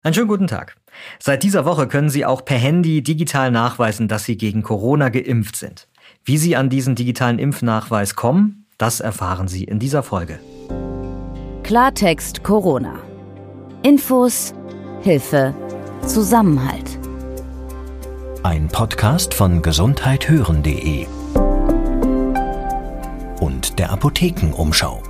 Einen schönen guten Tag. Seit dieser Woche können Sie auch per Handy digital nachweisen, dass Sie gegen Corona geimpft sind. Wie Sie an diesen digitalen Impfnachweis kommen, das erfahren Sie in dieser Folge. Klartext Corona. Infos, Hilfe, Zusammenhalt. Ein Podcast von gesundheithören.de und der Apothekenumschau.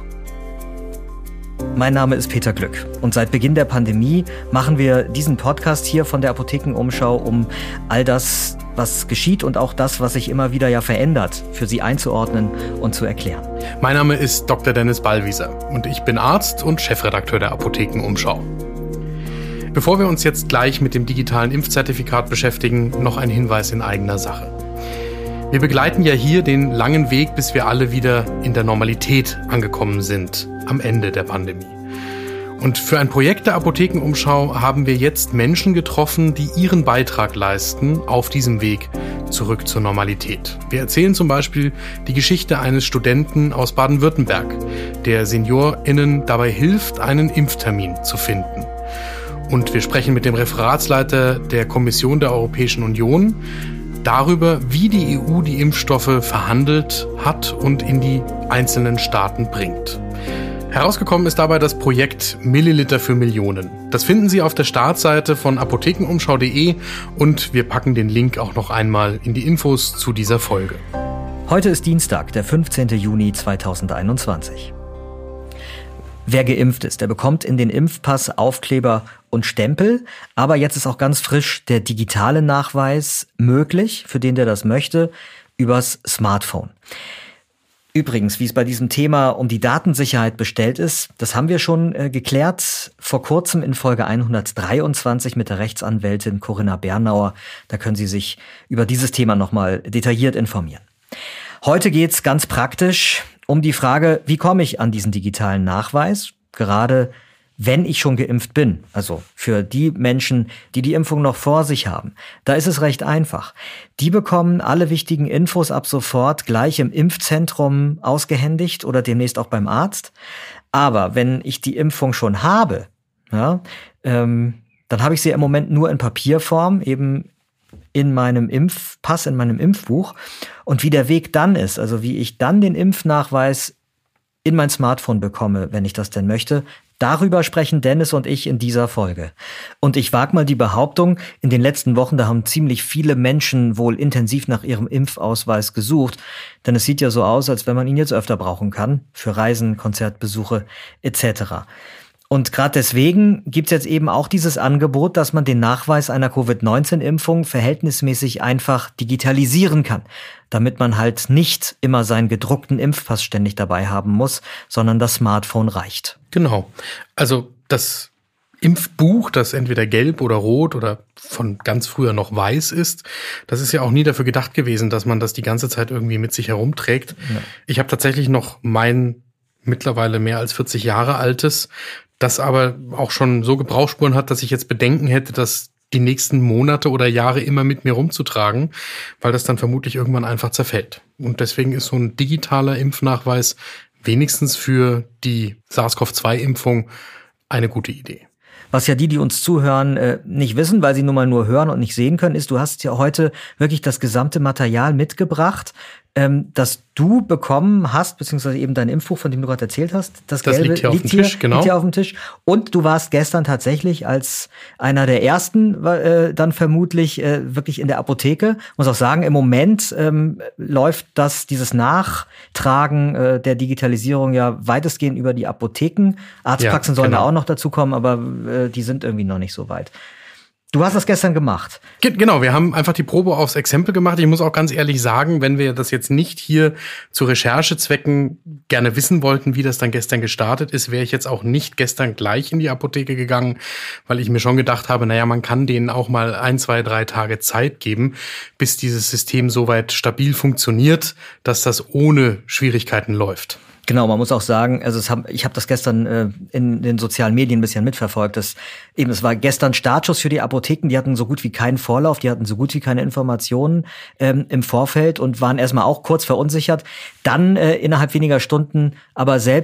Mein Name ist Peter Glück und seit Beginn der Pandemie machen wir diesen Podcast hier von der Apothekenumschau, um all das, was geschieht und auch das, was sich immer wieder verändert, für Sie einzuordnen und zu erklären. Mein Name ist Dr. Dennis Ballwieser und ich bin Arzt und Chefredakteur der Apothekenumschau. Bevor wir uns jetzt gleich mit dem digitalen Impfzertifikat beschäftigen, noch ein Hinweis in eigener Sache. Wir begleiten ja hier den langen Weg, bis wir alle wieder in der Normalität angekommen sind, am Ende der Pandemie. Und für ein Projekt der Apothekenumschau haben wir jetzt Menschen getroffen, die ihren Beitrag leisten auf diesem Weg zurück zur Normalität. Wir erzählen zum Beispiel die Geschichte eines Studenten aus Baden-Württemberg, der SeniorInnen dabei hilft, einen Impftermin zu finden. Und wir sprechen mit dem Referatsleiter der Kommission der Europäischen Union darüber, wie die EU die Impfstoffe verhandelt hat und in die einzelnen Staaten bringt. Herausgekommen ist dabei das Projekt Milliliter für Millionen. Das finden Sie auf der Startseite von apothekenumschau.de und wir packen den Link auch noch einmal in die Infos zu dieser Folge. Heute ist Dienstag, der 15. Juni 2021. Wer geimpft ist, der bekommt in den Impfpass Aufkleber und Stempel. Aber jetzt ist auch ganz frisch der digitale Nachweis möglich, für den, der das möchte, übers Smartphone. Übrigens, wie es bei diesem Thema um die Datensicherheit bestellt ist, das haben wir schon geklärt vor kurzem in Folge 123 mit der Rechtsanwältin Corinna Bernauer. Da können Sie sich über dieses Thema nochmal detailliert informieren. Heute geht's ganz praktisch um die Frage, wie komme ich an diesen digitalen Nachweis, gerade wenn ich schon geimpft bin. Also für die Menschen, die die Impfung noch vor sich haben. Da ist es recht einfach. Die bekommen alle wichtigen Infos ab sofort gleich im Impfzentrum ausgehändigt oder demnächst auch beim Arzt. Aber wenn ich die Impfung schon habe, dann habe ich sie im Moment nur in Papierform, eben in meinem Impfpass, in meinem Impfbuch. Und wie der Weg dann ist, also wie ich dann den Impfnachweis in mein Smartphone bekomme, wenn ich das denn möchte, darüber sprechen Dennis und ich in dieser Folge. Und ich wage mal die Behauptung, in den letzten Wochen, da haben ziemlich viele Menschen wohl intensiv nach ihrem Impfausweis gesucht. Denn es sieht ja so aus, als wenn man ihn jetzt öfter brauchen kann, für Reisen, Konzertbesuche etc. Und gerade deswegen gibt's jetzt eben auch dieses Angebot, dass man den Nachweis einer Covid-19-Impfung verhältnismäßig einfach digitalisieren kann, damit man halt nicht immer seinen gedruckten Impfpass ständig dabei haben muss, sondern das Smartphone reicht. Genau. Also das Impfbuch, das entweder gelb oder rot oder von ganz früher noch weiß ist, das ist ja auch nie dafür gedacht gewesen, dass man das die ganze Zeit irgendwie mit sich herumträgt. Ja. Ich habe tatsächlich noch mein mittlerweile mehr als 40 Jahre altes, das aber auch schon so Gebrauchsspuren hat, dass ich jetzt Bedenken hätte, das die nächsten Monate oder Jahre immer mit mir rumzutragen, weil das dann vermutlich irgendwann einfach zerfällt. Und deswegen ist so ein digitaler Impfnachweis wenigstens für die SARS-CoV-2-Impfung eine gute Idee. Was ja die uns zuhören, nicht wissen, weil sie nun mal nur hören und nicht sehen können, ist, du hast ja heute wirklich das gesamte Material mitgebracht, das du bekommen hast, beziehungsweise eben dein Impfbuch, von dem du gerade erzählt hast. Das Gelbe liegt hier auf dem Tisch, genau. Liegt hier auf dem Tisch. Und du warst gestern tatsächlich als einer der ersten, dann vermutlich wirklich in der Apotheke. Muss auch sagen, im Moment läuft dieses Nachtragen der Digitalisierung ja weitestgehend über die Apotheken. Arztpraxen sollen da auch noch dazu kommen, aber die sind irgendwie noch nicht so weit. Du hast das gestern gemacht. Genau, wir haben einfach die Probe aufs Exempel gemacht. Ich muss auch ganz ehrlich sagen, wenn wir das jetzt nicht hier zu Recherchezwecken gerne wissen wollten, wie das dann gestern gestartet ist, wäre ich jetzt auch nicht gestern gleich in die Apotheke gegangen, weil ich mir schon gedacht habe, man kann denen auch mal 1, 2, 3 Tage Zeit geben, bis dieses System soweit stabil funktioniert, dass das ohne Schwierigkeiten läuft. Genau, man muss auch sagen, also ich habe das gestern in den sozialen Medien ein bisschen mitverfolgt. Es war gestern Startschuss für die Apotheken, die hatten so gut wie keinen Vorlauf, die hatten so gut wie keine Informationen im Vorfeld und waren erstmal auch kurz verunsichert. Dann innerhalb weniger Stunden aber selbst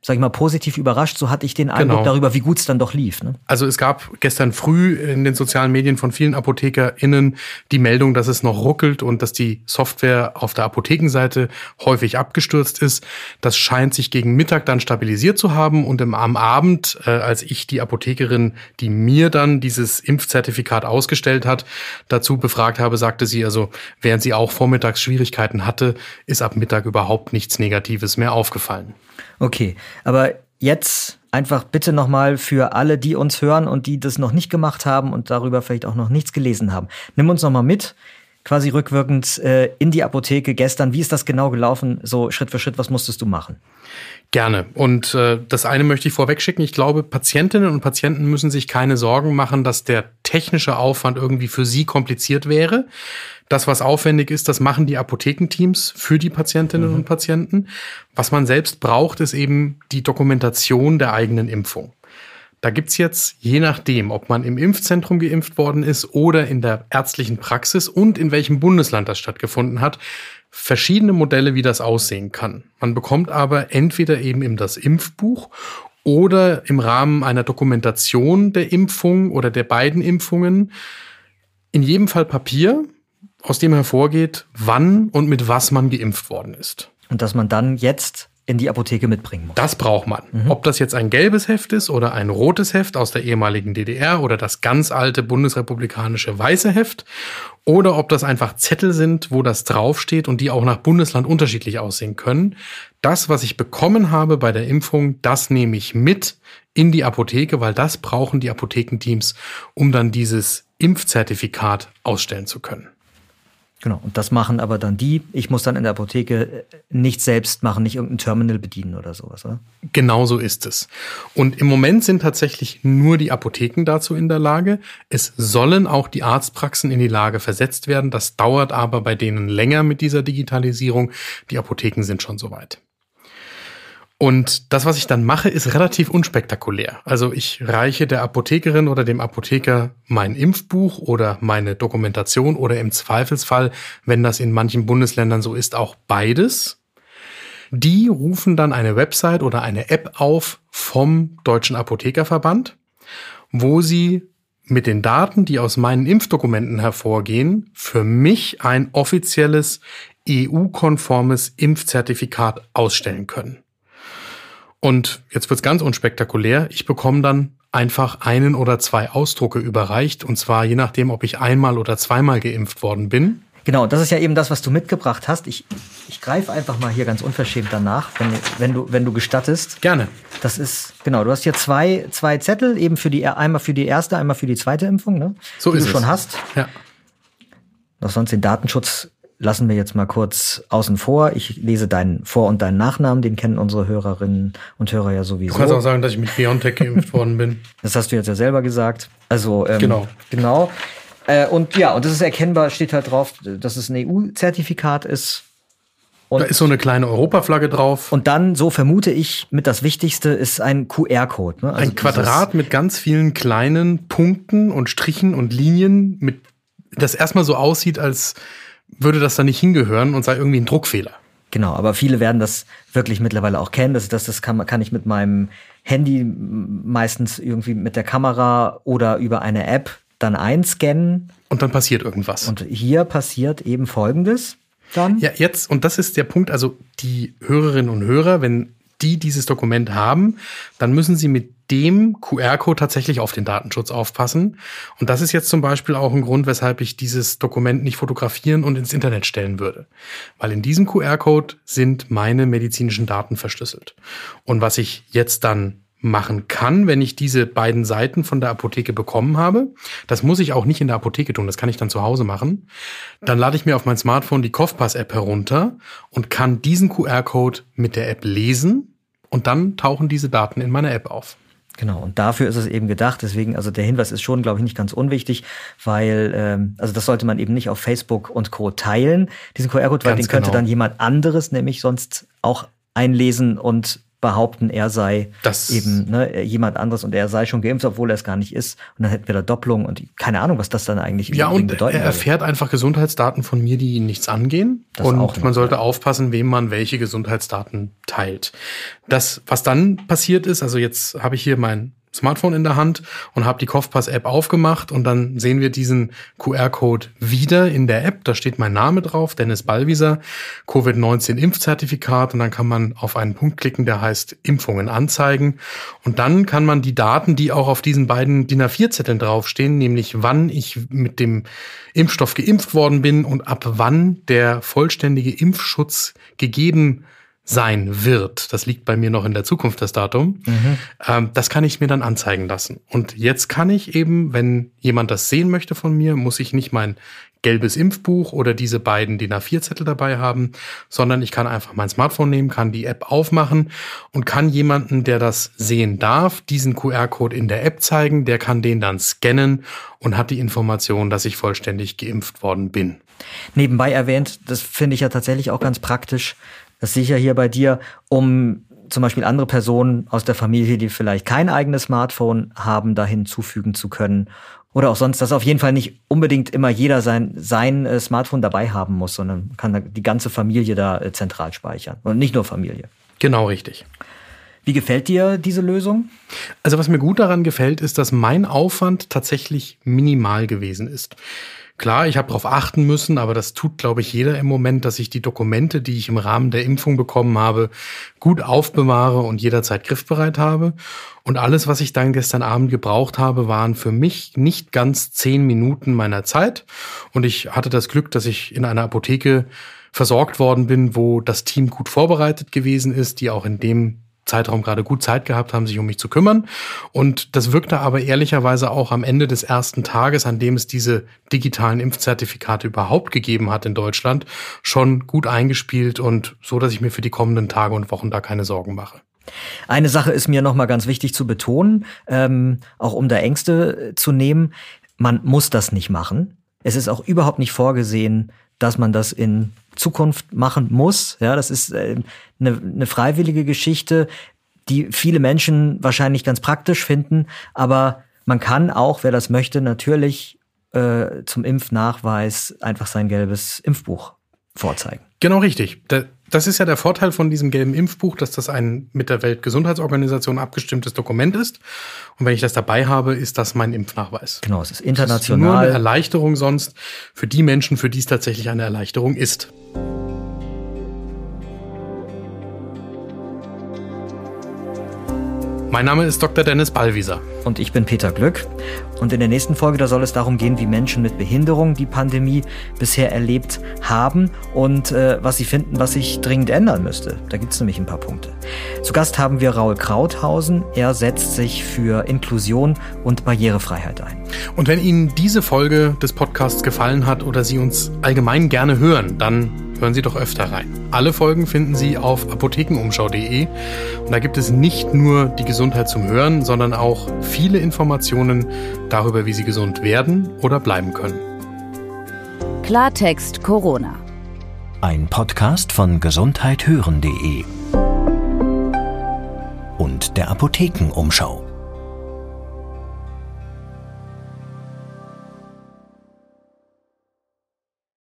sag ich mal, positiv überrascht. So hatte ich den Eindruck darüber, wie gut es dann doch lief. Ne? Also es gab gestern früh in den sozialen Medien von vielen ApothekerInnen die Meldung, dass es noch ruckelt und dass die Software auf der Apothekenseite häufig abgestürzt ist. Das scheint sich gegen Mittag dann stabilisiert zu haben. Und am Abend, als ich die Apothekerin, die mir dann dieses Impfzertifikat ausgestellt hat, dazu befragt habe, sagte sie, also während sie auch vormittags Schwierigkeiten hatte, ist ab Mittag überhaupt nichts Negatives mehr aufgefallen. Okay, aber jetzt einfach bitte nochmal für alle, die uns hören und die das noch nicht gemacht haben und darüber vielleicht auch noch nichts gelesen haben. Nimm uns nochmal mit, quasi rückwirkend in die Apotheke gestern. Wie ist das genau gelaufen, so Schritt für Schritt? Was musstest du machen? Gerne. Und das eine möchte ich vorweg schicken. Ich glaube, Patientinnen und Patienten müssen sich keine Sorgen machen, dass der technische Aufwand irgendwie für sie kompliziert wäre. Das, was aufwendig ist, das machen die Apothekenteams für die Patientinnen und Patienten. Was man selbst braucht, ist eben die Dokumentation der eigenen Impfung. Da gibt's jetzt, je nachdem, ob man im Impfzentrum geimpft worden ist oder in der ärztlichen Praxis und in welchem Bundesland das stattgefunden hat, verschiedene Modelle, wie das aussehen kann. Man bekommt aber entweder eben das Impfbuch oder im Rahmen einer Dokumentation der Impfung oder der beiden Impfungen in jedem Fall Papier, aus dem hervorgeht, wann und mit was man geimpft worden ist. Und dass man dann jetzt in die Apotheke mitbringen muss. Das braucht man. Ob das jetzt ein gelbes Heft ist oder ein rotes Heft aus der ehemaligen DDR oder das ganz alte bundesrepublikanische weiße Heft oder ob das einfach Zettel sind, wo das draufsteht und die auch nach Bundesland unterschiedlich aussehen können. Das, was ich bekommen habe bei der Impfung, das nehme ich mit in die Apotheke, weil das brauchen die Apothekenteams, um dann dieses Impfzertifikat ausstellen zu können. Genau, und das machen aber dann ich muss dann in der Apotheke nichts selbst machen, nicht irgendein Terminal bedienen oder sowas, oder? Genau so ist es. Und im Moment sind tatsächlich nur die Apotheken dazu in der Lage. Es sollen auch die Arztpraxen in die Lage versetzt werden. Das dauert aber bei denen länger mit dieser Digitalisierung. Die Apotheken sind schon soweit. Und das, was ich dann mache, ist relativ unspektakulär. Also ich reiche der Apothekerin oder dem Apotheker mein Impfbuch oder meine Dokumentation oder im Zweifelsfall, wenn das in manchen Bundesländern so ist, auch beides. Die rufen dann eine Website oder eine App auf vom Deutschen Apothekerverband, wo sie mit den Daten, die aus meinen Impfdokumenten hervorgehen, für mich ein offizielles EU-konformes Impfzertifikat ausstellen können. Und jetzt wird's ganz unspektakulär. Ich bekomme dann einfach 1 oder 2 Ausdrucke überreicht. Und zwar je nachdem, ob ich einmal oder zweimal geimpft worden bin. Genau, das ist ja eben das, was du mitgebracht hast. Ich greife einfach mal hier ganz unverschämt danach, wenn du gestattest. Gerne. Das ist, genau, du hast hier zwei Zettel, eben einmal für die erste, einmal für die zweite Impfung, ne? So die ist du es schon hast. Ja. Doch sonst den Datenschutz lassen wir jetzt mal kurz außen vor. Ich lese deinen Vor- und deinen Nachnamen, den kennen unsere Hörerinnen und Hörer ja sowieso. Du kannst auch sagen, dass ich mit BioNTech geimpft worden bin. Das hast du jetzt ja selber gesagt. Also Genau. Und ja, und das ist erkennbar, steht halt drauf, dass es ein EU-Zertifikat ist. Und da ist so eine kleine Europaflagge drauf. Und dann, so vermute ich, mit das Wichtigste ist ein QR-Code. Ne? Also ein Quadrat mit ganz vielen kleinen Punkten und Strichen und Linien, das erstmal so aussieht, als würde das da nicht hingehören und sei irgendwie ein Druckfehler. Genau, aber viele werden das wirklich mittlerweile auch kennen. Das kann ich mit meinem Handy meistens irgendwie mit der Kamera oder über eine App dann einscannen. Und dann passiert irgendwas. Und hier passiert eben Folgendes dann. Ja, jetzt, und das ist der Punkt, also die Hörerinnen und Hörer, wenn die dieses Dokument haben, dann müssen sie mit dem QR-Code tatsächlich auf den Datenschutz aufpassen. Und das ist jetzt zum Beispiel auch ein Grund, weshalb ich dieses Dokument nicht fotografieren und ins Internet stellen würde. Weil in diesem QR-Code sind meine medizinischen Daten verschlüsselt. Und was ich jetzt dann machen kann, wenn ich diese beiden Seiten von der Apotheke bekommen habe, das muss ich auch nicht in der Apotheke tun, das kann ich dann zu Hause machen, dann lade ich mir auf mein Smartphone die Kofpass-App herunter und kann diesen QR-Code mit der App lesen und dann tauchen diese Daten in meiner App auf. Genau, und dafür ist es eben gedacht. Deswegen, also der Hinweis ist schon, glaube ich, nicht ganz unwichtig, weil, also das sollte man eben nicht auf Facebook und Co. teilen, diesen QR-Code, weil den könnte dann jemand anderes nämlich sonst auch einlesen und behaupten, er sei jemand anderes und er sei schon geimpft, obwohl er es gar nicht ist. Und dann hätten wir da Doppelung und keine Ahnung, was das dann eigentlich bedeuten würde. Er erfährt einfach Gesundheitsdaten von mir, die ihn nichts angehen. Das und man sollte aufpassen, wem man welche Gesundheitsdaten teilt. Das, was dann passiert ist, also jetzt habe ich hier mein Smartphone in der Hand und habe die Kopfpass-App aufgemacht und dann sehen wir diesen QR-Code wieder in der App. Da steht mein Name drauf, Dennis Ballwieser, Covid-19-Impfzertifikat und dann kann man auf einen Punkt klicken, der heißt Impfungen anzeigen und dann kann man die Daten, die auch auf diesen beiden DIN A4-Zetteln draufstehen, nämlich wann ich mit dem Impfstoff geimpft worden bin und ab wann der vollständige Impfschutz gegeben sein wird. Das liegt bei mir noch in der Zukunft, das Datum. Das kann ich mir dann anzeigen lassen. Und jetzt kann ich eben, wenn jemand das sehen möchte von mir, muss ich nicht mein gelbes Impfbuch oder diese beiden DIN A4-Zettel dabei haben, sondern ich kann einfach mein Smartphone nehmen, kann die App aufmachen und kann jemanden, der das sehen darf, diesen QR-Code in der App zeigen. Der kann den dann scannen und hat die Information, dass ich vollständig geimpft worden bin. Nebenbei erwähnt, das finde ich ja tatsächlich auch ganz praktisch, das sehe ich ja hier bei dir, um zum Beispiel andere Personen aus der Familie, die vielleicht kein eigenes Smartphone haben, da hinzufügen zu können. Oder auch sonst, dass auf jeden Fall nicht unbedingt immer jeder sein Smartphone dabei haben muss, sondern kann die ganze Familie da zentral speichern. Und nicht nur Familie. Genau, richtig. Wie gefällt dir diese Lösung? Also was mir gut daran gefällt, ist, dass mein Aufwand tatsächlich minimal gewesen ist. Klar, ich habe darauf achten müssen, aber das tut, glaube ich, jeder im Moment, dass ich die Dokumente, die ich im Rahmen der Impfung bekommen habe, gut aufbewahre und jederzeit griffbereit habe. Und alles, was ich dann gestern Abend gebraucht habe, waren für mich nicht ganz 10 Minuten meiner Zeit. Und ich hatte das Glück, dass ich in einer Apotheke versorgt worden bin, wo das Team gut vorbereitet gewesen ist, die auch in dem Zeitraum gerade gut Zeit gehabt haben, sich um mich zu kümmern. Und das wirkte aber ehrlicherweise auch am Ende des ersten Tages, an dem es diese digitalen Impfzertifikate überhaupt gegeben hat in Deutschland, schon gut eingespielt und so, dass ich mir für die kommenden Tage und Wochen da keine Sorgen mache. Eine Sache ist mir nochmal ganz wichtig zu betonen, auch um da Ängste zu nehmen. Man muss das nicht machen. Es ist auch überhaupt nicht vorgesehen, dass man das in Zukunft machen muss. Ja, das ist eine freiwillige Geschichte, die viele Menschen wahrscheinlich ganz praktisch finden. Aber man kann auch, wer das möchte, natürlich zum Impfnachweis einfach sein gelbes Impfbuch vorzeigen. Genau richtig. Das ist ja der Vorteil von diesem gelben Impfbuch, dass das ein mit der Weltgesundheitsorganisation abgestimmtes Dokument ist. Und wenn ich das dabei habe, ist das mein Impfnachweis. Genau, es ist international. Das ist nur eine Erleichterung sonst für die Menschen, für die es tatsächlich eine Erleichterung ist. Mein Name ist Dr. Dennis Ballwieser. Und ich bin Peter Glück. Und in der nächsten Folge, da soll es darum gehen, wie Menschen mit Behinderung die Pandemie bisher erlebt haben und was sie finden, was sich dringend ändern müsste. Da gibt es nämlich ein paar Punkte. Zu Gast haben wir Raul Krauthausen. Er setzt sich für Inklusion und Barrierefreiheit ein. Und wenn Ihnen diese Folge des Podcasts gefallen hat oder Sie uns allgemein gerne hören, dann hören Sie doch öfter rein. Alle Folgen finden Sie auf apothekenumschau.de und da gibt es nicht nur die Gesundheit zum Hören, sondern auch viele Informationen darüber, wie Sie gesund werden oder bleiben können. Klartext Corona. Ein Podcast von gesundheithören.de und der Apothekenumschau.